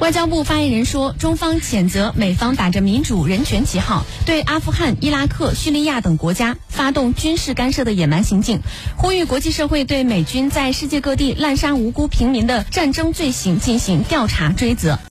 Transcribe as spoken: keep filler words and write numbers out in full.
外交部发言人说，中方谴责美方打着民主人权旗号，对阿富汗、伊拉克、叙利亚等国家发动军事干涉的野蛮行径，呼吁国际社会对美军在世界各地滥杀无辜平民的战争罪行进行调查追责。